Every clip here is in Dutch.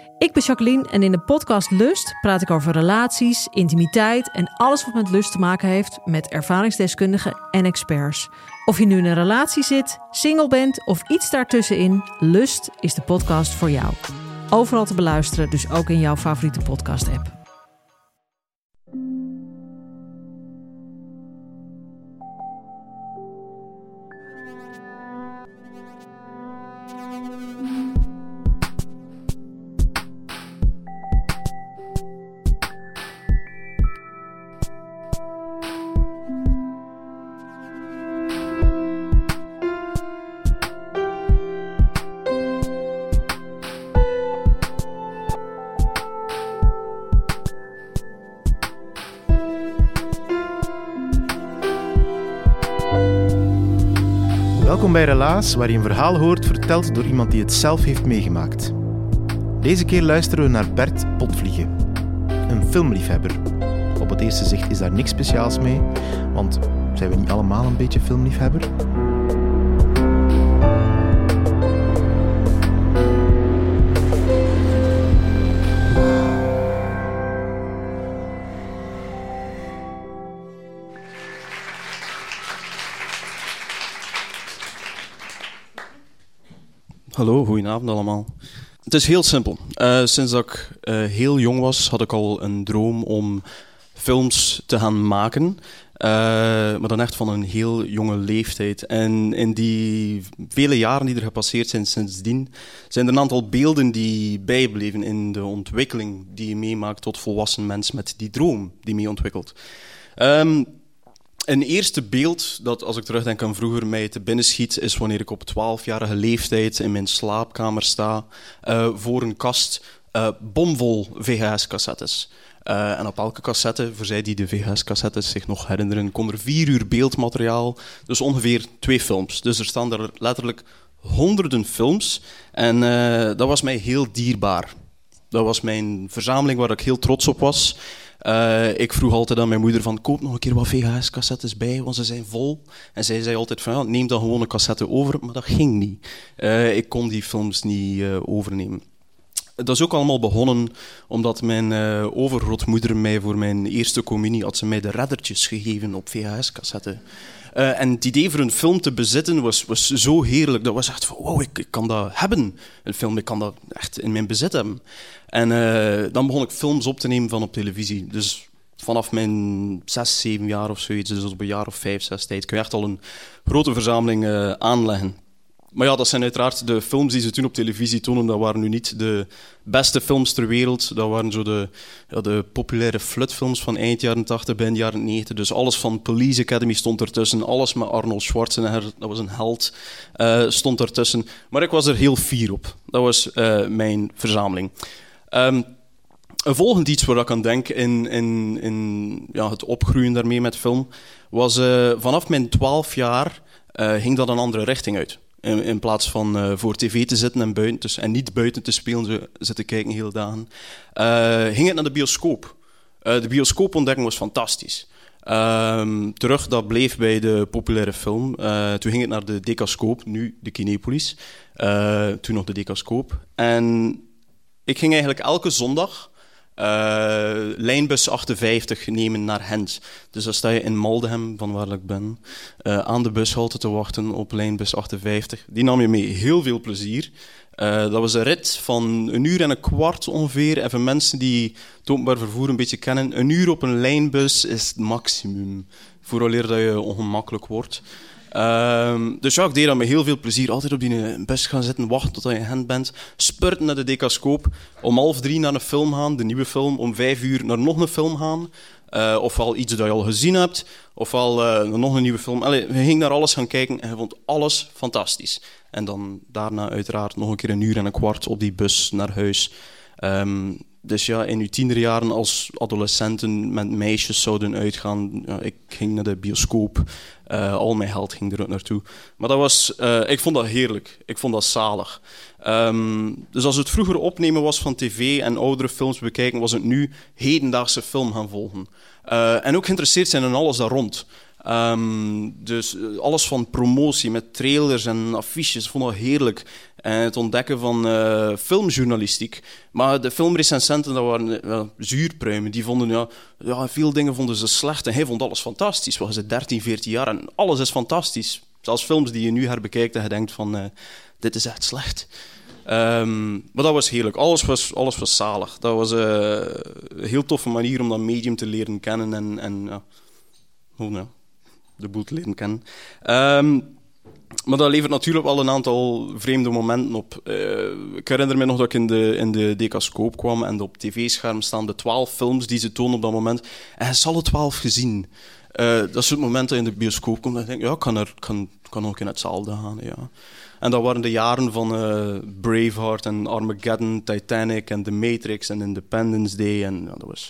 Ik ben Jacqueline en in de podcast Lust praat ik over relaties, intimiteit en alles wat met lust te maken heeft met ervaringsdeskundigen en experts. Of je nu in een relatie zit, single bent of iets daartussenin, Lust is de podcast voor jou. Overal te beluisteren, dus ook in jouw favoriete podcast-app. Welkom bij Relaas, waar je een verhaal hoort verteld door iemand die het zelf heeft meegemaakt. Deze keer luisteren we naar Bert Potvliegen, een filmliefhebber. Op het eerste zicht is daar niks speciaals mee, want zijn we niet allemaal een beetje filmliefhebber? Hallo, goedenavond allemaal. Het is heel simpel. Sinds dat ik heel jong was, had ik al een droom om films te gaan maken. Maar dan echt van een heel jonge leeftijd. En in die vele jaren die er gepasseerd zijn sindsdien, zijn er een aantal beelden die bijbleven in de ontwikkeling die je meemaakt tot volwassen mens met die droom die mee ontwikkelt. Een eerste beeld dat, als ik terugdenk aan vroeger, mij te binnen schiet, is wanneer ik op 12-jarige leeftijd in mijn slaapkamer sta voor een kast bomvol VHS-cassettes. En op elke cassette, voor zij die de VHS-cassettes zich nog herinneren, kon er 4 uur beeldmateriaal, dus ongeveer 2 films. Dus er staan er letterlijk honderden films en dat was mij heel dierbaar. Dat was mijn verzameling waar ik heel trots op was. Ik vroeg altijd aan mijn moeder van, koop nog een keer wat VHS-cassettes bij, want ze zijn vol. En zij zei altijd van, ja, neem dan gewoon een cassette over, maar dat ging niet. Ik kon die films niet overnemen. Dat is ook allemaal begonnen omdat mijn overgrootmoeder mij voor mijn eerste communie had ze mij de reddertjes gegeven op VHS-cassette. En het idee voor een film te bezitten was zo heerlijk. Dat was echt van, wow, ik kan dat hebben. Een film, ik kan dat echt in mijn bezit hebben. En dan begon ik films op te nemen van op televisie. Dus vanaf mijn 6, 7 jaar of zoiets, dus op een jaar of 5, 6 tijd, kun je echt al een grote verzameling aanleggen. Maar ja, dat zijn uiteraard de films die ze toen op televisie tonen. Dat waren nu niet de beste films ter wereld. Dat waren zo de populaire flutfilms van eind jaren 80, begin jaren 90. Dus alles van Police Academy stond ertussen. Alles met Arnold Schwarzenegger, dat was een held, stond ertussen. Maar ik was er heel fier op. Dat was mijn verzameling. Een volgend iets waar ik aan denk in het opgroeien daarmee met film, was vanaf mijn 12 jaar ging dat een andere richting uit. In plaats van voor tv te zitten en buiten en niet buiten te spelen, zitten kijken hele dagen, ging het naar de bioscoop. De bioscoopontdekking was fantastisch. Terug, dat bleef bij de populaire film. Toen ging het naar de Decascoop, nu de Kinepolis. Toen nog de Decascoop. En ik ging eigenlijk elke zondag lijnbus 58 nemen naar Gent. Dus dan sta je in Maldegem, van waar ik ben, aan de bushalte te wachten op lijnbus 58. Die nam je mee. Heel veel plezier. Dat was een rit van 1 uur en een kwart ongeveer. Even mensen die het openbaar vervoer een beetje kennen. 1 uur op een lijnbus is het maximum. Vooraleer dat je ongemakkelijk wordt. Dus ja, ik deed dat met heel veel plezier. Altijd op die bus gaan zitten, wachten tot je in Gent bent. Spurten naar de Decascoop. Om 2:30 naar een film gaan, de nieuwe film. Om 5 uur naar nog een film gaan. Ofwel iets dat je al gezien hebt. Ofwel nog een nieuwe film. Allee, je ging naar alles gaan kijken en je vond alles fantastisch. En dan daarna uiteraard nog een keer 1 uur en een kwart op die bus naar huis. Dus ja, in uw tienerjaren als adolescenten met meisjes zouden uitgaan. Ja, ik ging naar de bioscoop. Al mijn geld ging er ook naartoe. Maar dat was, ik vond dat heerlijk. Ik vond dat zalig. Dus als het vroeger opnemen was van tv en oudere films bekijken, was het nu hedendaagse film gaan volgen. En ook geïnteresseerd zijn in alles daar rond. Dus alles van promotie met trailers en affiches, vond dat heerlijk. En het ontdekken van filmjournalistiek. Maar de filmrecensenten, dat waren zuurpruimen. Die vonden, veel dingen vonden ze slecht. En hij vond alles fantastisch. We zijn 13, 14 jaar en alles is fantastisch. Zelfs films die je nu herbekijkt en je denkt van, dit is echt slecht. Maar dat was heerlijk. Alles was zalig. Dat was een heel toffe manier om dat medium te leren kennen en de boel te leren kennen. Maar dat levert natuurlijk wel een aantal vreemde momenten op. Ik herinner me nog dat ik in de Decascoop kwam en op tv-scherm staan de 12 films die ze tonen op dat moment. En hij is alle 12 gezien. Dat is het moment dat je in de bioscoop komt en je denkt, ja, ik kan ook in hetzelfde gaan. Ja. En dat waren de jaren van Braveheart en Armageddon, Titanic en The Matrix en Independence Day. En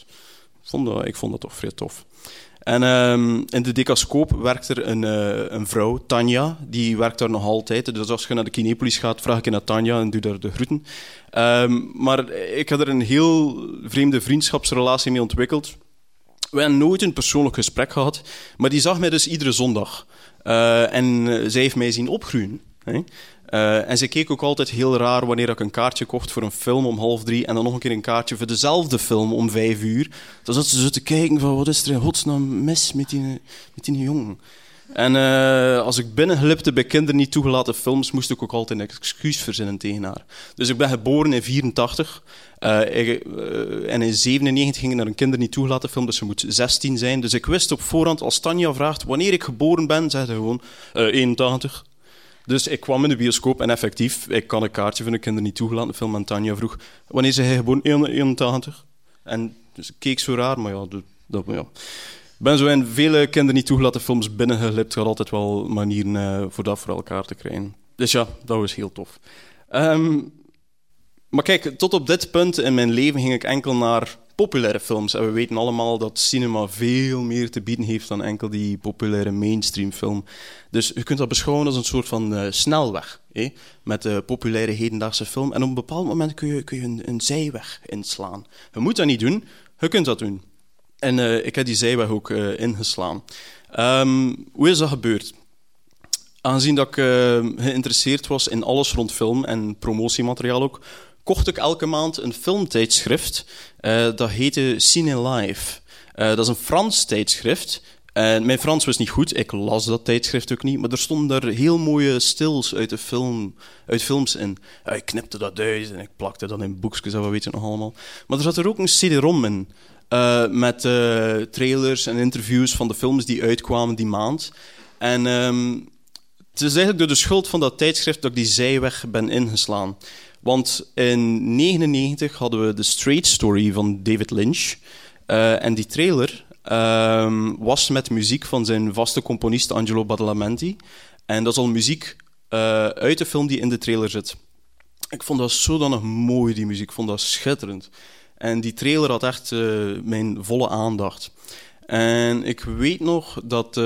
ik vond dat toch vrij tof. En in de Decascoop werkt er een vrouw, Tanja, die werkt daar nog altijd. Dus als je naar de Kinepolis gaat, vraag ik naar Tanja en doe daar de groeten. Maar ik had er een heel vreemde vriendschapsrelatie mee ontwikkeld. We hebben nooit een persoonlijk gesprek gehad, maar die zag mij dus iedere zondag. En zij heeft mij zien opgroeien. Hè? En ze keek ook altijd heel raar wanneer ik een kaartje kocht voor een film om 2:30 en dan nog een keer een kaartje voor dezelfde film om 5:00. Dan zat ze zo te kijken van, wat is er in godsnaam mis met die jongen? En als ik binnenglipte bij kinderen niet toegelaten films, moest ik ook altijd een excuus verzinnen tegen haar. Dus ik ben geboren in 1984 en in 1997 ging ik naar een kinder niet toegelaten film, dus ze moet 16 zijn. Dus ik wist op voorhand, als Tanja vraagt wanneer ik geboren ben, zei ze gewoon 81. Dus ik kwam in de bioscoop en effectief, ik kan een kaartje voor een kinder niet toegelaten film en Tanja vroeg, wanneer zei hij geboren? 81. En dus ik keek zo raar, maar ja. Ik ben zo in vele kinderen niet toegelaten films binnengeglipt. Ik had altijd wel manieren voor dat voor elkaar te krijgen. Dus ja, dat was heel tof. Maar kijk, tot op dit punt in mijn leven ging ik enkel naar populaire films. En we weten allemaal dat cinema veel meer te bieden heeft dan enkel die populaire mainstream film. Dus je kunt dat beschouwen als een soort van snelweg. Met de populaire hedendaagse film. En op een bepaald moment kun je een zijweg inslaan. Je moet dat niet doen, je kunt dat doen. En ik heb die zijweg ook ingeslaan. Hoe is dat gebeurd? Aangezien dat ik geïnteresseerd was in alles rond film en promotiemateriaal ook, kocht ik elke maand een filmtijdschrift. Dat heette Cine Live. Dat is een Frans tijdschrift. Mijn Frans was niet goed, ik las dat tijdschrift ook niet, maar er stonden daar heel mooie stills uit films in. Ik knipte dat uit en ik plakte dat in boekjes en wat weet je nog allemaal. Maar er zat er ook een CD-ROM in. Met trailers en interviews van de films die uitkwamen die maand. En het is eigenlijk door de schuld van dat tijdschrift dat ik die zijweg ben ingeslaan. Want in 1999 hadden we The Straight Story van David Lynch. En die trailer was met muziek van zijn vaste componist Angelo Badalamenti. En dat is al muziek uit de film die in de trailer zit. Ik vond dat zodanig mooi, die muziek. Ik vond dat schitterend. En die trailer had echt mijn volle aandacht. En ik weet nog dat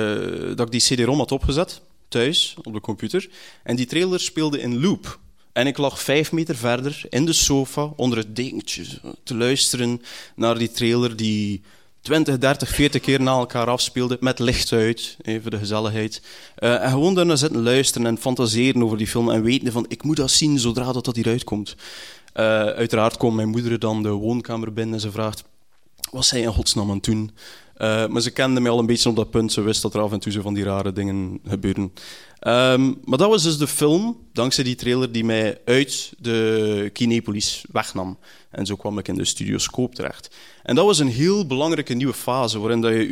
ik die CD-ROM had opgezet, thuis, op de computer. En die trailer speelde in loop. En ik lag 5 meter verder, in de sofa, onder het dekentje, te luisteren naar die trailer die 20, 30, 40 keer na elkaar afspeelde, met licht uit, voor de gezelligheid. En gewoon daarna zitten luisteren en fantaseren over die film en weten van, ik moet dat zien zodra dat hieruit komt. Uiteraard komt mijn moeder dan de woonkamer binnen en ze vraagt, wat zij in godsnaam aan het doen? Maar ze kende mij al een beetje op dat punt. Ze wist dat er af en toe zo van die rare dingen gebeuren. Maar dat was dus de film, dankzij die trailer, die mij uit de Kinepolis wegnam. En zo kwam ik in de Studioscoop terecht. En dat was een heel belangrijke nieuwe fase, waarin dat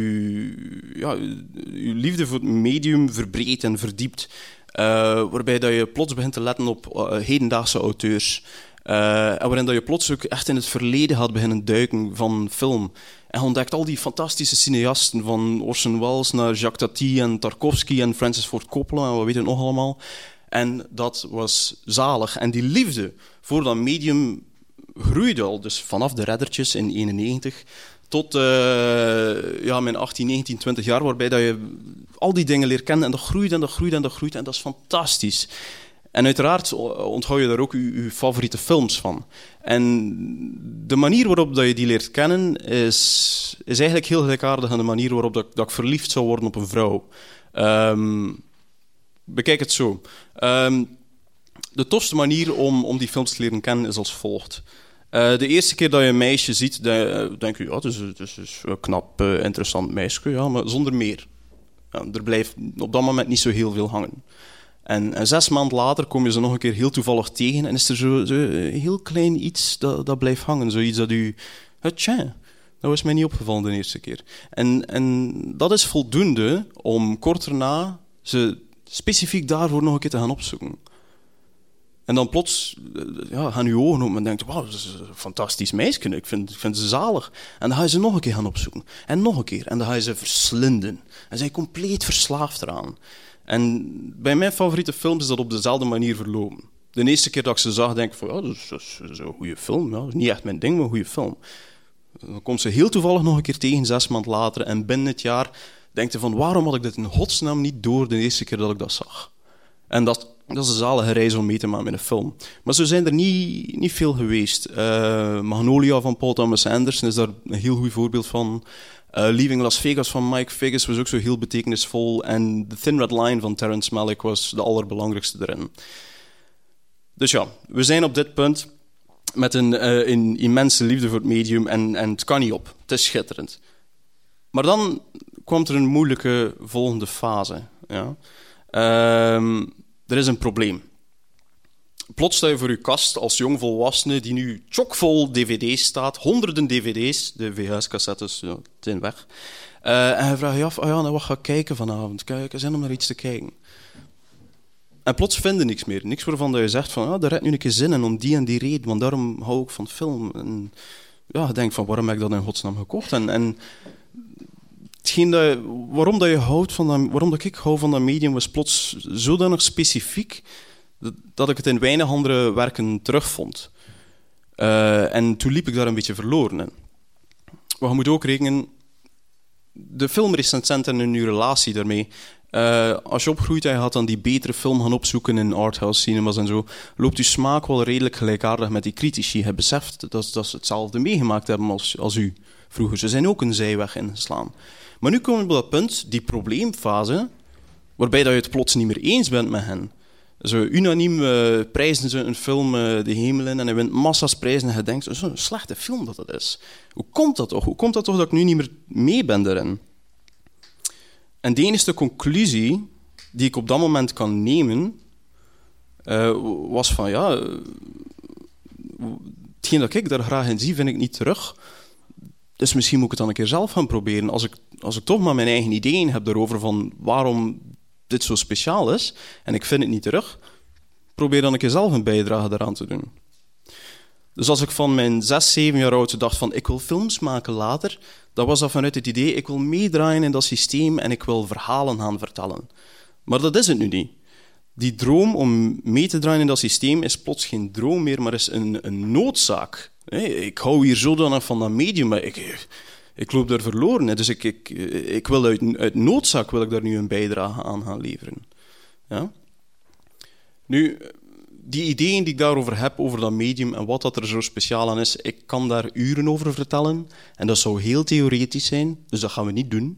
je je liefde voor het medium verbreedt en verdiept. Waarbij dat je plots begint te letten op hedendaagse auteurs. En waarin dat je plots ook echt in het verleden gaat beginnen duiken van film. En je ontdekt al die fantastische cineasten, van Orson Welles naar Jacques Tati en Tarkovsky en Francis Ford Coppola en wat weet je nog allemaal. En dat was zalig. En die liefde voor dat medium groeide al, dus vanaf de Reddertjes in 1991 tot mijn 18, 19, 20 jaar, waarbij dat je al die dingen leert kennen en dat groeit en dat groeit en dat groeit en dat is fantastisch. En uiteraard onthoud je daar ook je favoriete films van. En de manier waarop dat je die leert kennen is eigenlijk heel gelijkaardig aan de manier waarop dat ik verliefd zou worden op een vrouw. Bekijk het zo. De tofste manier om die films te leren kennen is als volgt. De eerste keer dat je een meisje ziet, denk je, ja, het is een knap, interessant meisje, ja, maar zonder meer. Ja, er blijft op dat moment niet zo heel veel hangen. En 6 maanden later kom je ze nog een keer heel toevallig tegen en is er zo heel klein iets dat blijft hangen. Zoiets dat u... Tja, dat was mij niet opgevallen de eerste keer. En dat is voldoende om kort daarna ze specifiek daarvoor nog een keer te gaan opzoeken. En dan plots gaan je ogen open en denkt, wauw, dat is een fantastisch meisje, ik vind ze zalig. En dan ga je ze nog een keer gaan opzoeken. En nog een keer. En dan ga je ze verslinden. En zijn compleet verslaafd eraan. En bij mijn favoriete films is dat op dezelfde manier verlopen. De eerste keer dat ik ze zag, denk ik van, ja, dat is een goede film. Ja. Dat is niet echt mijn ding, maar een goede film. Dan komt ze heel toevallig nog een keer tegen, 6 maanden later. En binnen het jaar denkt je van, waarom had ik dit in godsnaam niet door de eerste keer dat ik dat zag? En dat is een zalige reis om mee te maken met een film. Maar zo zijn er niet veel geweest. Magnolia van Paul Thomas Anderson is daar een heel goed voorbeeld van. Leaving Las Vegas van Mike Figgis was ook zo heel betekenisvol. En The Thin Red Line van Terrence Malick was de allerbelangrijkste erin. Dus ja, we zijn op dit punt met een immense liefde voor het medium en het kan niet op. Het is schitterend. Maar dan kwam er een moeilijke volgende fase. Ja. Er is een probleem. Plots sta je voor je kast als jongvolwassene die nu chockvol dvd's staat, honderden dvd's, de VHS-cassettes zijn weg. En je vraagt je af, nou, wat ga ik kijken vanavond? Kijk, er zijn om naar iets te kijken. En plots vind je niks meer. Niks waarvan je zegt van, daar heb nu een keer zin in om die en die reden, want daarom hou ik van film. En ja, je denkt van, waarom heb ik dat in godsnaam gekocht? En waarom dat ik hou van dat medium was plots zodanig specifiek dat ik het in weinig andere werken terugvond. En toen liep ik daar een beetje verloren in. Maar je moet ook rekenen, de filmrecensenten en hun relatie daarmee. Als je opgroeit en je gaat dan die betere film gaan opzoeken in arthouse cinemas en zo, loopt je smaak wel redelijk gelijkaardig met die critici. Je beseft dat ze hetzelfde meegemaakt hebben als u vroeger. Ze zijn ook een zijweg ingeslaan. Maar nu komen we op dat punt, die probleemfase, waarbij dat je het plots niet meer eens bent met hen. Zo unaniem prijzen ze een film de hemel in en hij wint massa's prijzen en je denkt, zo'n slechte film dat is. Hoe komt dat toch? Hoe komt dat toch dat ik nu niet meer mee ben daarin? En de enige conclusie die ik op dat moment kan nemen, was van, hetgeen dat ik daar graag in zie, vind ik niet terug. Dus misschien moet ik het dan een keer zelf gaan proberen. Als ik toch maar mijn eigen ideeën heb daarover van waarom dit zo speciaal is, en ik vind het niet terug, probeer dan een keer zelf een bijdrage daaraan te doen. Dus als ik van mijn 6, 7 jaar oud dacht van ik wil films maken later, dan was dat vanuit het idee, ik wil meedraaien in dat systeem en ik wil verhalen gaan vertellen. Maar dat is het nu niet. Die droom om mee te draaien in dat systeem is plots geen droom meer, maar is een noodzaak. Ik hou hier zodanig van dat medium, maar ik loop daar verloren. Dus ik wil uit noodzaak wil ik daar nu een bijdrage aan gaan leveren. Ja? Nu, die ideeën die ik daarover heb, over dat medium en wat dat er zo speciaal aan is, ik kan daar uren over vertellen. En dat zou heel theoretisch zijn, dus dat gaan we niet doen.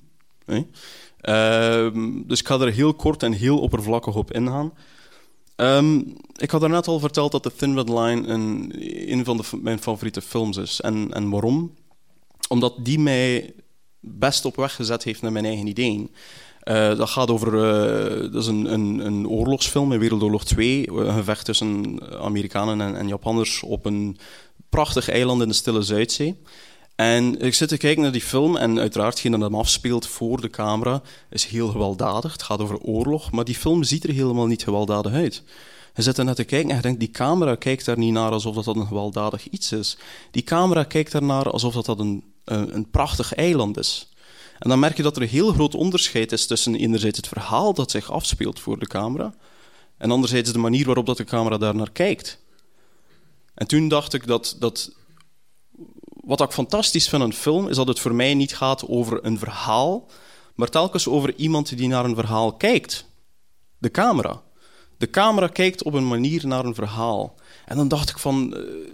Dus ik ga er heel kort en heel oppervlakkig op ingaan. Ik had daarnet al verteld dat The Thin Red Line een van mijn favoriete films is. En waarom? Omdat die mij best op weg gezet heeft naar mijn eigen ideeën. Dat gaat over... dat is een oorlogsfilm in Wereldoorlog 2. Een gevecht tussen Amerikanen en Japanners op een prachtig eiland in de Stille Zuidzee. En ik zit te kijken naar die film en uiteraard hetgeen dat hem afspeelt voor de camera is heel gewelddadig. Het gaat over oorlog, maar die film ziet er helemaal niet gewelddadig uit. Je zit er net te kijken en je denkt, die camera kijkt daar niet naar alsof dat een gewelddadig iets is. Die camera kijkt daarnaar alsof dat een prachtig eiland is. En dan merk je dat er een heel groot onderscheid is tussen enerzijds het verhaal dat zich afspeelt voor de camera en anderzijds de manier waarop dat de camera daar naar kijkt. En toen dacht ik dat wat ik fantastisch vind aan een film, is dat het voor mij niet gaat over een verhaal, maar telkens over iemand die naar een verhaal kijkt. De camera. De camera kijkt op een manier naar een verhaal. En dan dacht ik van,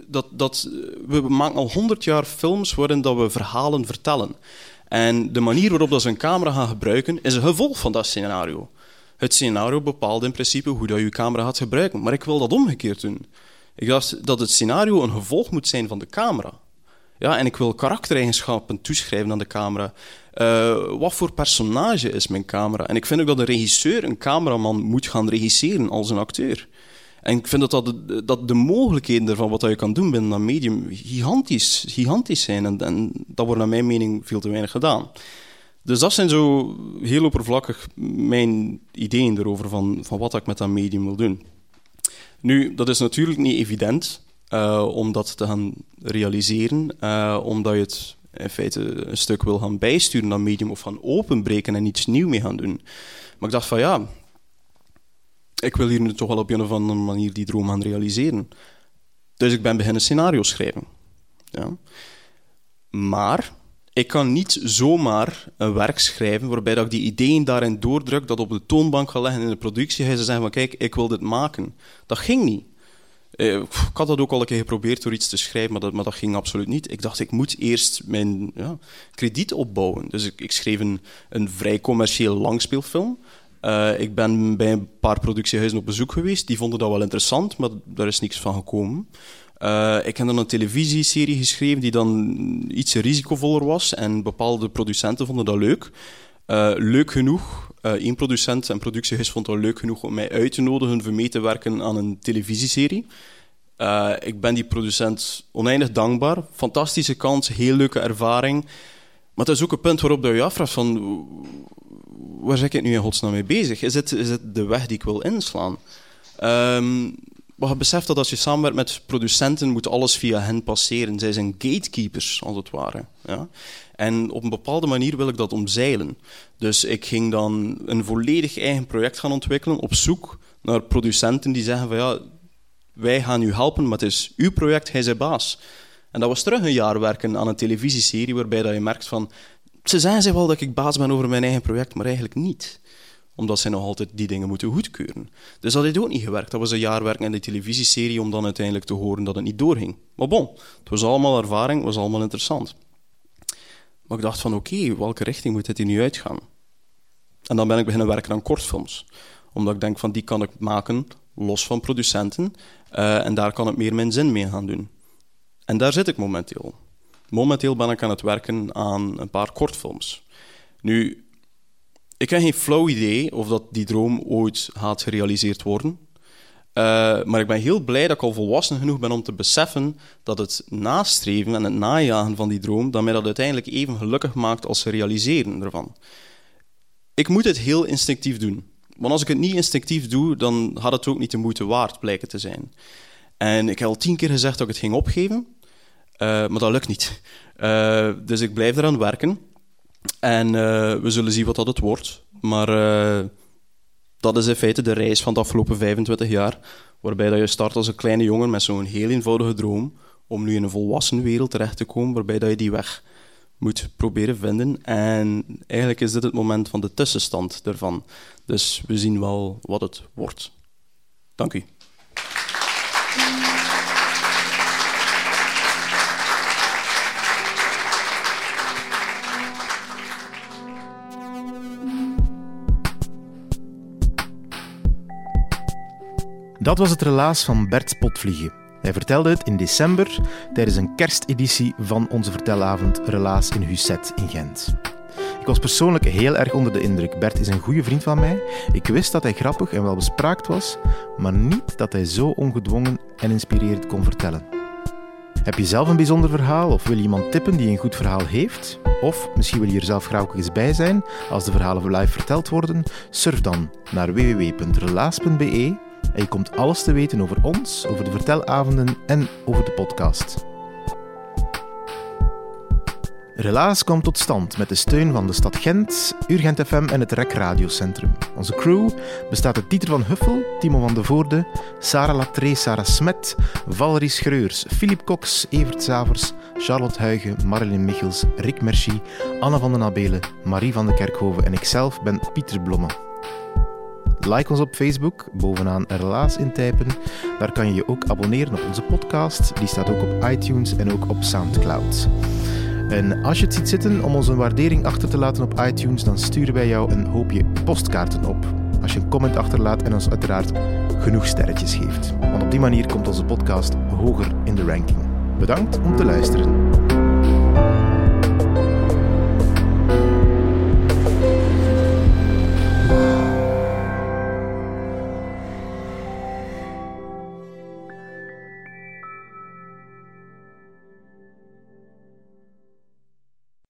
we maken al 100 jaar films waarin dat we verhalen vertellen. En de manier waarop dat ze een camera gaan gebruiken, is een gevolg van dat scenario. Het scenario bepaalt in principe hoe dat je camera gaat gebruiken. Maar ik wil dat omgekeerd doen. Ik dacht dat het scenario een gevolg moet zijn van de camera. Ja, en ik wil karaktereigenschappen toeschrijven aan de camera. Wat voor personage is mijn camera? En ik vind ook dat een regisseur een cameraman moet gaan regisseren als een acteur. En ik vind dat de mogelijkheden ervan wat je kan doen binnen dat medium gigantisch zijn. En dat wordt naar mijn mening veel te weinig gedaan. Dus dat zijn zo heel oppervlakkig mijn ideeën erover van wat ik met dat medium wil doen. Nu, dat is natuurlijk niet evident om dat te gaan realiseren, omdat je het in feite een stuk wil gaan bijsturen, dat medium, of gaan openbreken en iets nieuws mee gaan doen. Maar ik dacht van ja, ik wil hier nu toch wel op een of andere manier die droom gaan realiseren. Dus ik ben beginnen scenario's schrijven. Ja. Maar ik kan niet zomaar een werk schrijven waarbij dat ik die ideeën daarin doordruk, dat op de toonbank ga leggen in de productiehuis en zeggen van kijk, ik wil dit maken. Dat ging niet. Ik had dat ook al een keer geprobeerd door iets te schrijven, maar dat ging absoluut niet. Ik dacht, ik moet eerst mijn krediet opbouwen. Dus ik schreef een vrij commercieel langspeelfilm. Ik ben bij een paar productiehuizen op bezoek geweest. Die vonden dat wel interessant, maar daar is niks van gekomen. Ik heb dan een televisieserie geschreven die dan iets risicovoller was. En bepaalde producenten vonden dat leuk. Leuk genoeg. Eén producent en productiehuis vond dat leuk genoeg om mij uit te nodigen voor mee te werken aan een televisieserie. Ik ben die producent oneindig dankbaar. Fantastische kans, heel leuke ervaring. Maar het is ook een punt waarop je afvraagt van, waar ben ik nu in godsnaam mee bezig? Is het de weg die ik wil inslaan? Maar je beseft dat als je samenwerkt met producenten, moet alles via hen passeren. Zij zijn gatekeepers, als het ware. Ja? En op een bepaalde manier wil ik dat omzeilen. Dus ik ging dan een volledig eigen project gaan ontwikkelen, op zoek naar producenten die zeggen van ja, wij gaan u helpen, maar het is uw project, hij is baas. En dat was terug een jaar werken aan een televisieserie, waarbij dat je merkt van, ze zeggen wel dat ik baas ben over mijn eigen project, maar eigenlijk niet. Omdat zij nog altijd die dingen moeten goedkeuren. Dus dat heeft ook niet gewerkt. Dat was een jaar werken in de televisieserie om dan uiteindelijk te horen dat het niet doorging. Maar bon, het was allemaal ervaring, het was allemaal interessant. Maar ik dacht van oké, welke richting moet dit hier nu uitgaan? En dan ben ik beginnen werken aan kortfilms. Omdat ik denk van die kan ik maken, los van producenten. En daar kan ik meer mijn zin mee gaan doen. En daar zit ik momenteel. Momenteel ben ik aan het werken aan een paar kortfilms. Nu, ik heb geen flauw idee of dat die droom ooit gaat gerealiseerd worden. Maar ik ben heel blij dat ik al volwassen genoeg ben om te beseffen dat het nastreven en het najagen van die droom, dat mij dat uiteindelijk even gelukkig maakt als het realiseren ervan. Ik moet het heel instinctief doen. Want als ik het niet instinctief doe, dan had het ook niet de moeite waard blijken te zijn. En ik heb al 10 keer gezegd dat ik het ging opgeven, maar dat lukt niet. Dus ik blijf eraan werken. En we zullen zien wat dat het wordt. Maar dat is in feite de reis van de afgelopen 25 jaar, waarbij dat je start als een kleine jongen met zo'n heel eenvoudige droom om nu in een volwassen wereld terecht te komen, waarbij dat je die weg moet proberen vinden. En eigenlijk is dit het moment van de tussenstand ervan. Dus we zien wel wat het wordt. Dank u. Dat was het relaas van Bert Potvliegen. Hij vertelde het in december tijdens een kersteditie van onze vertelavond Relaas in Husset in Gent. Ik was persoonlijk heel erg onder de indruk. Bert is een goede vriend van mij. Ik wist dat hij grappig en welbespraakt was, maar niet dat hij zo ongedwongen en inspirerend kon vertellen. Heb je zelf een bijzonder verhaal of wil je iemand tippen die een goed verhaal heeft? Of misschien wil je er zelf graag ook eens bij zijn als de verhalen live verteld worden? Surf dan naar www.relaas.be en je komt alles te weten over ons, over de vertelavonden en over de podcast. Relaas kwam tot stand met de steun van de stad Gent, Urgent FM en het REC Radiocentrum. Onze crew bestaat uit Dieter van Huffel, Timo van de Voorde, Sarah Latree, Sarah Smet, Valerie Schreurs, Philippe Cox, Evert Zavers, Charlotte Huygen, Marilyn Michels, Rick Merci, Anne van den Abelen, Marie van de Kerkhoven en ikzelf ben Pieter Blomme. Like ons op Facebook, bovenaan Relaas intypen. Daar kan je je ook abonneren op onze podcast. Die staat ook op iTunes en ook op Soundcloud. En als je het ziet zitten om ons een waardering achter te laten op iTunes, dan sturen wij jou een hoopje postkaarten op. Als je een comment achterlaat en ons uiteraard genoeg sterretjes geeft. Want op die manier komt onze podcast hoger in de ranking. Bedankt om te luisteren.